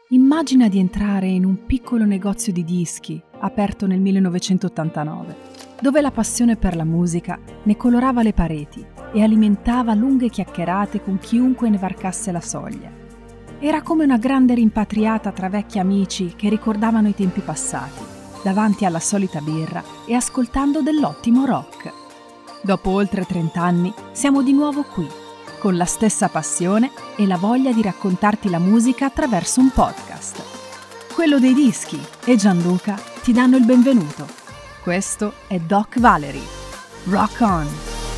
Immagina di entrare in un piccolo negozio di dischi aperto nel 1989, dove la passione per la musica ne colorava le pareti e alimentava lunghe chiacchierate con chiunque ne varcasse la soglia. Era come una grande rimpatriata tra vecchi amici che ricordavano i tempi passati, davanti alla solita birra e ascoltando dell'ottimo rock. Dopo oltre 30 anni siamo di nuovo qui, con la stessa passione e la voglia di raccontarti la musica attraverso un podcast. Quello dei dischi e Gianluca ti danno il benvenuto. Questo è Doc Valery. Rock on!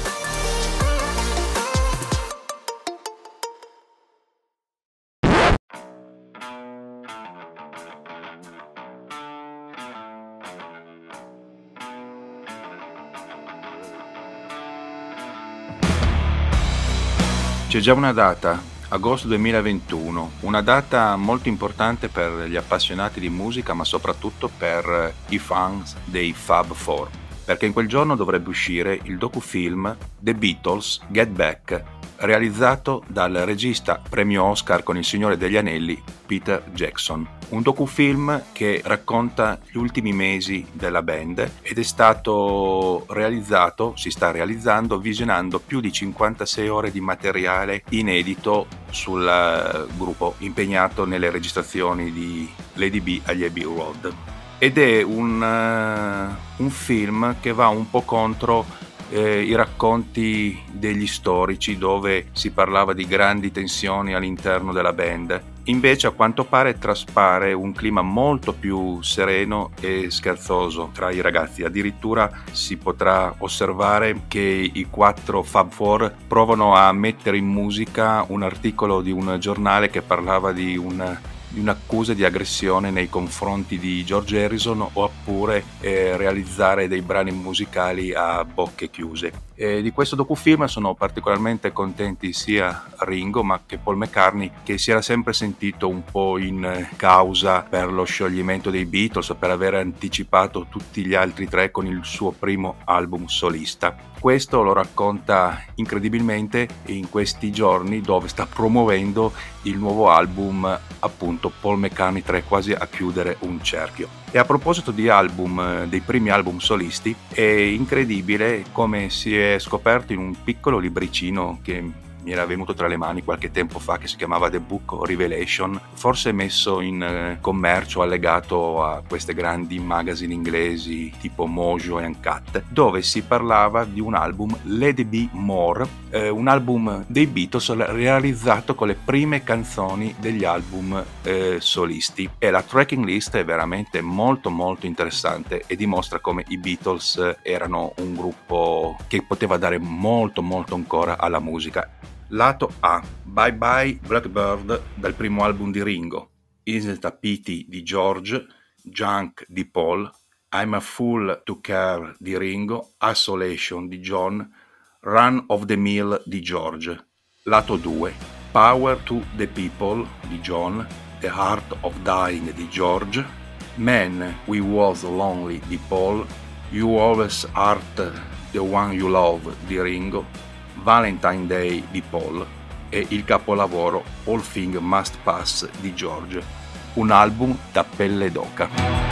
C'è già una data, agosto 2021, una data molto importante per gli appassionati di musica, ma soprattutto per i fans dei Fab Four, perché in quel giorno dovrebbe uscire il docufilm The Beatles Get Back, realizzato dal regista premio Oscar con Il Signore degli Anelli, Peter Jackson. Un docufilm che racconta gli ultimi mesi della band ed è stato realizzato, si sta realizzando, visionando più di 56 ore di materiale inedito sul gruppo impegnato nelle registrazioni di Lady B agli Abbey Road. Ed è un film che va un po' contro i racconti degli storici dove si parlava di grandi tensioni all'interno della band. Invece a quanto pare traspare un clima molto più sereno e scherzoso tra i ragazzi. Addirittura si potrà osservare che i 4 Fab Four provano a mettere in musica un articolo di un giornale che parlava di un'accusa di aggressione nei confronti di George Harrison, oppure realizzare dei brani musicali a bocche chiuse. Di questo docufilm sono particolarmente contenti sia Ringo ma che Paul McCartney, che si era sempre sentito un po' in causa per lo scioglimento dei Beatles, per aver anticipato tutti gli altri tre con il suo primo album solista. Questo lo racconta incredibilmente in questi giorni dove sta promuovendo il nuovo album, appunto Paul McCartney 3, quasi a chiudere un cerchio. E a proposito di album, dei primi album solisti, è incredibile come si è scoperto in un piccolo libricino che mi era venuto tra le mani qualche tempo fa, che si chiamava The Book of Revelation, forse messo in commercio, allegato a queste grandi magazine inglesi tipo Mojo e Uncut, dove si parlava di un album, Lady B More, un album dei Beatles realizzato con le prime canzoni degli album solisti, e la tracking list è veramente molto molto interessante e dimostra come i Beatles erano un gruppo che poteva dare molto molto ancora alla musica. Lato A, Bye Bye Blackbird dal primo album di Ringo, Isn't a Pity di George, Junk di Paul, I'm a Fool to Care di Ringo, Isolation di John, Run of the Mill di George. Lato 2, Power to the People di John, The Heart of Dying di George, Man We Was Lonely di Paul, You Always Art the One You Love di Ringo, Valentine Day di Paul e il capolavoro All Things Must Pass di George. Un album da pelle d'oca.